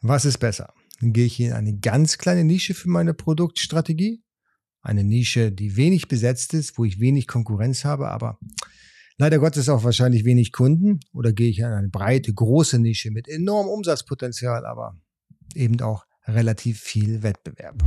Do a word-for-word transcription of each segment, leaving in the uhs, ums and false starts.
Was ist besser? Gehe ich in eine ganz kleine Nische für meine Produktstrategie? Eine Nische, die wenig besetzt ist, wo ich wenig Konkurrenz habe, aber leider Gottes auch wahrscheinlich wenig Kunden? Oder gehe ich in eine breite, große Nische mit enormem Umsatzpotenzial, aber eben auch relativ viel Wettbewerb?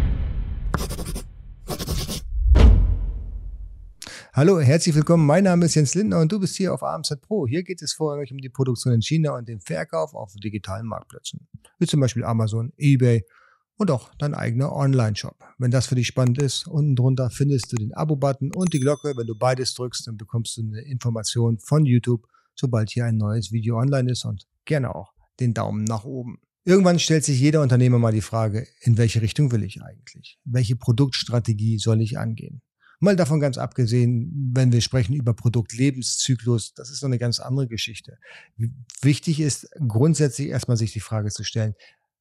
Hallo, herzlich willkommen. Mein Name ist Jens Lindner und du bist hier auf A M Z Pro. Hier geht es vorrangig um die Produktion in China und den Verkauf auf digitalen Marktplätzen, wie zum Beispiel Amazon, eBay und auch dein eigener Online-Shop. Wenn das für dich spannend ist, unten drunter findest du den Abo-Button und die Glocke. Wenn du beides drückst, dann bekommst du eine Information von YouTube, sobald hier ein neues Video online ist, und gerne auch den Daumen nach oben. Irgendwann stellt sich jeder Unternehmer mal die Frage, in welche Richtung will ich eigentlich? Welche Produktstrategie soll ich angehen? Mal davon ganz abgesehen, wenn wir sprechen über Produktlebenszyklus, das ist so eine ganz andere Geschichte. Wichtig ist grundsätzlich erstmal sich die Frage zu stellen,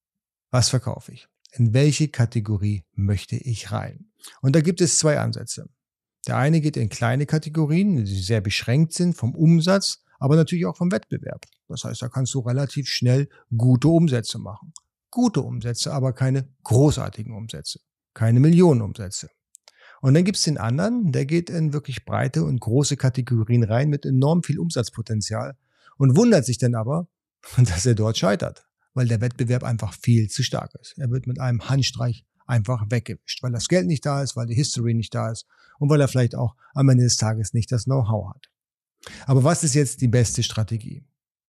was verkaufe ich? In welche Kategorie möchte ich rein? Und da gibt es zwei Ansätze. Der eine geht in kleine Kategorien, die sehr beschränkt sind vom Umsatz, aber natürlich auch vom Wettbewerb. Das heißt, da kannst du relativ schnell gute Umsätze machen. Gute Umsätze, aber keine großartigen Umsätze, keine Millionenumsätze. Und dann gibt es den anderen, der geht in wirklich breite und große Kategorien rein mit enorm viel Umsatzpotenzial und wundert sich dann aber, dass er dort scheitert, weil der Wettbewerb einfach viel zu stark ist. Er wird mit einem Handstreich einfach weggewischt, weil das Geld nicht da ist, weil die History nicht da ist und weil er vielleicht auch am Ende des Tages nicht das Know-how hat. Aber was ist jetzt die beste Strategie?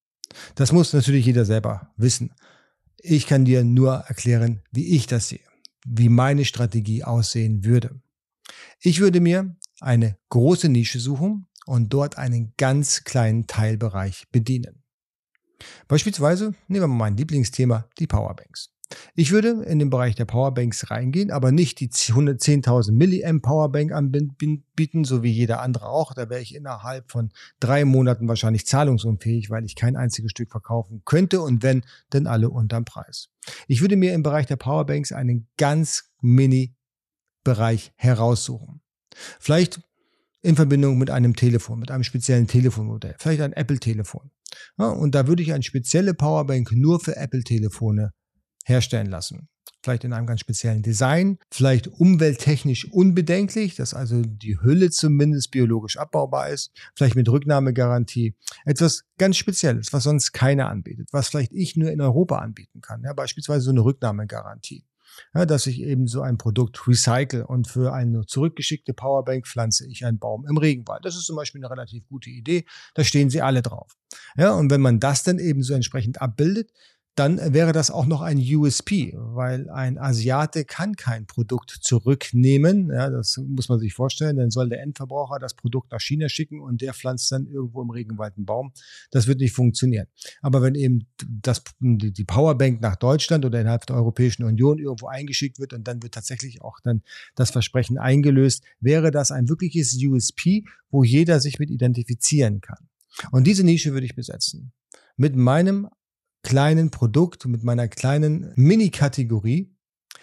Das muss natürlich jeder selber wissen. Ich kann dir nur erklären, wie ich das sehe, wie meine Strategie aussehen würde. Ich würde mir eine große Nische suchen und dort einen ganz kleinen Teilbereich bedienen. Beispielsweise nehmen wir mal mein Lieblingsthema, die Powerbanks. Ich würde in den Bereich der Powerbanks reingehen, aber nicht die hundertzehntausend Milliamp Powerbank anbieten, so wie jeder andere auch. Da wäre ich innerhalb von drei Monaten wahrscheinlich zahlungsunfähig, weil ich kein einziges Stück verkaufen könnte, und wenn, dann alle unterm Preis. Ich würde mir im Bereich der Powerbanks einen ganz mini Bereich heraussuchen. Vielleicht in Verbindung mit einem Telefon, mit einem speziellen Telefonmodell, vielleicht ein Apple-Telefon. Ja, und da würde ich eine spezielle Powerbank nur für Apple-Telefone herstellen lassen. Vielleicht in einem ganz speziellen Design, vielleicht umwelttechnisch unbedenklich, dass also die Hülle zumindest biologisch abbaubar ist, vielleicht mit Rücknahmegarantie. Etwas ganz Spezielles, was sonst keiner anbietet, was vielleicht ich nur in Europa anbieten kann. Ja, beispielsweise so eine Rücknahmegarantie. Ja, dass ich eben so ein Produkt recycle, und für eine zurückgeschickte Powerbank pflanze ich einen Baum im Regenwald. Das ist zum Beispiel eine relativ gute Idee, da stehen sie alle drauf. Ja, und wenn man das dann eben so entsprechend abbildet, dann wäre das auch noch ein U S P, weil ein Asiate kann kein Produkt zurücknehmen. Ja, das muss man sich vorstellen. Dann soll der Endverbraucher das Produkt nach China schicken und der pflanzt dann irgendwo im Regenwald einen Baum. Das wird nicht funktionieren. Aber wenn eben das, die Powerbank nach Deutschland oder innerhalb der Europäischen Union irgendwo eingeschickt wird und dann wird tatsächlich auch dann das Versprechen eingelöst, wäre das ein wirkliches U S P, wo jeder sich mit identifizieren kann. Und diese Nische würde ich besetzen. Mit meinem kleinen Produkt, mit meiner kleinen Mini-Kategorie,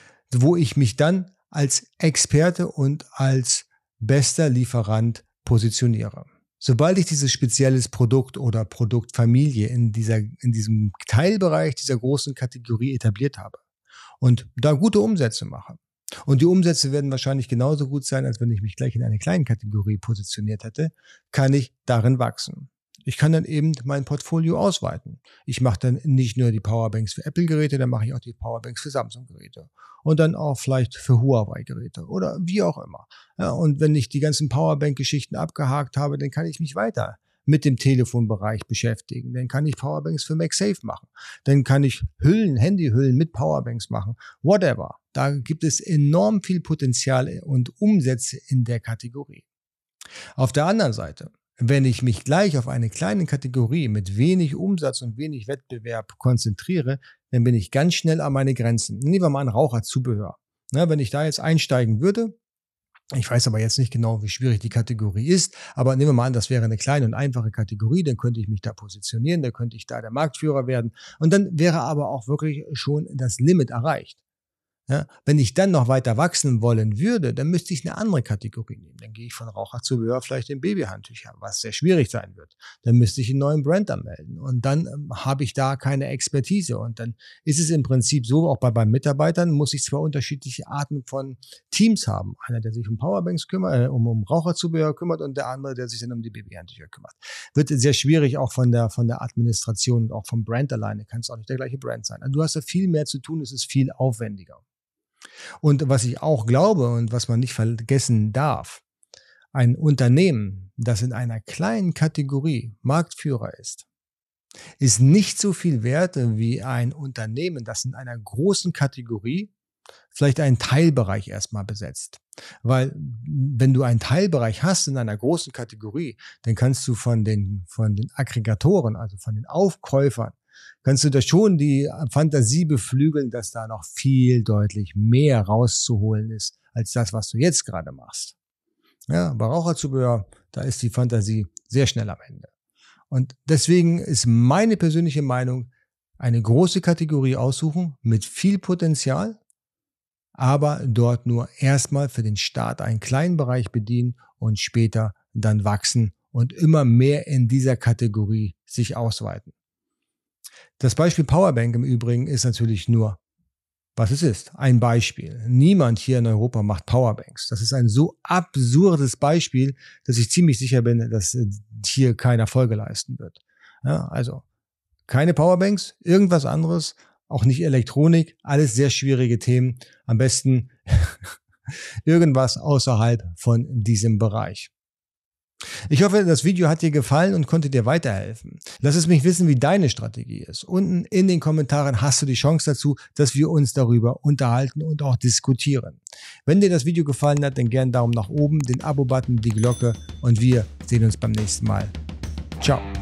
wo ich mich dann als Experte und als bester Lieferant positioniere. Sobald ich dieses spezielles Produkt oder Produktfamilie in dieser, in diesem Teilbereich dieser großen Kategorie etabliert habe und da gute Umsätze mache, und die Umsätze werden wahrscheinlich genauso gut sein, als wenn ich mich gleich in eine kleine Kategorie positioniert hätte, kann ich darin wachsen. Ich kann dann eben mein Portfolio ausweiten. Ich mache dann nicht nur die Powerbanks für Apple-Geräte, dann mache ich auch die Powerbanks für Samsung-Geräte und dann auch vielleicht für Huawei-Geräte oder wie auch immer. Ja, und wenn ich die ganzen Powerbank-Geschichten abgehakt habe, dann kann ich mich weiter mit dem Telefonbereich beschäftigen. Dann kann ich Powerbanks für MagSafe machen. Dann kann ich Hüllen, Handyhüllen mit Powerbanks machen. Whatever. Da gibt es enorm viel Potenzial und Umsätze in der Kategorie. Auf der anderen Seite, wenn ich mich gleich auf eine kleine Kategorie mit wenig Umsatz und wenig Wettbewerb konzentriere, dann bin ich ganz schnell an meine Grenzen. Nehmen wir mal ein Raucherzubehör. Na, wenn ich da jetzt einsteigen würde, ich weiß aber jetzt nicht genau, wie schwierig die Kategorie ist, aber nehmen wir mal an, das wäre eine kleine und einfache Kategorie, dann könnte ich mich da positionieren, dann könnte ich da der Marktführer werden und dann wäre aber auch wirklich schon das Limit erreicht. Ja, wenn ich dann noch weiter wachsen wollen würde, dann müsste ich eine andere Kategorie nehmen. Dann gehe ich von Raucherzubehör vielleicht in Babyhandtücher, was sehr schwierig sein wird. Dann müsste ich einen neuen Brand anmelden und dann ähm, habe ich da keine Expertise. Und dann ist es im Prinzip so, auch bei, bei Mitarbeitern muss ich zwei unterschiedliche Arten von Teams haben. Einer, der sich um Powerbanks kümmert, äh, um, um Raucherzubehör kümmert und der andere, der sich dann um die Babyhandtücher kümmert. Wird sehr schwierig auch von der, von der Administration und auch vom Brand alleine. Kann es auch nicht der gleiche Brand sein. Also du hast da viel mehr zu tun, es ist viel aufwendiger. Und was ich auch glaube und was man nicht vergessen darf, ein Unternehmen, das in einer kleinen Kategorie Marktführer ist, ist nicht so viel wert wie ein Unternehmen, das in einer großen Kategorie vielleicht einen Teilbereich erstmal besetzt. Weil wenn du einen Teilbereich hast in einer großen Kategorie, dann kannst du von den, von den Aggregatoren, also von den Aufkäufern, kannst du da schon die Fantasie beflügeln, dass da noch viel deutlich mehr rauszuholen ist, als das, was du jetzt gerade machst. Ja, bei Raucherzubehör, da ist die Fantasie sehr schnell am Ende. Und deswegen ist meine persönliche Meinung, eine große Kategorie aussuchen mit viel Potenzial, aber dort nur erstmal für den Start einen kleinen Bereich bedienen und später dann wachsen und immer mehr in dieser Kategorie sich ausweiten. Das Beispiel Powerbank im Übrigen ist natürlich nur, was es ist. Ein Beispiel. Niemand hier in Europa macht Powerbanks. Das ist ein so absurdes Beispiel, dass ich ziemlich sicher bin, dass hier keiner Folge leisten wird. Ja, also keine Powerbanks, irgendwas anderes, auch nicht Elektronik, alles sehr schwierige Themen. Am besten irgendwas außerhalb von diesem Bereich. Ich hoffe, das Video hat dir gefallen und konnte dir weiterhelfen. Lass es mich wissen, wie deine Strategie ist. Unten in den Kommentaren hast du die Chance dazu, dass wir uns darüber unterhalten und auch diskutieren. Wenn dir das Video gefallen hat, dann gerne einen Daumen nach oben, den Abo-Button, die Glocke und wir sehen uns beim nächsten Mal. Ciao.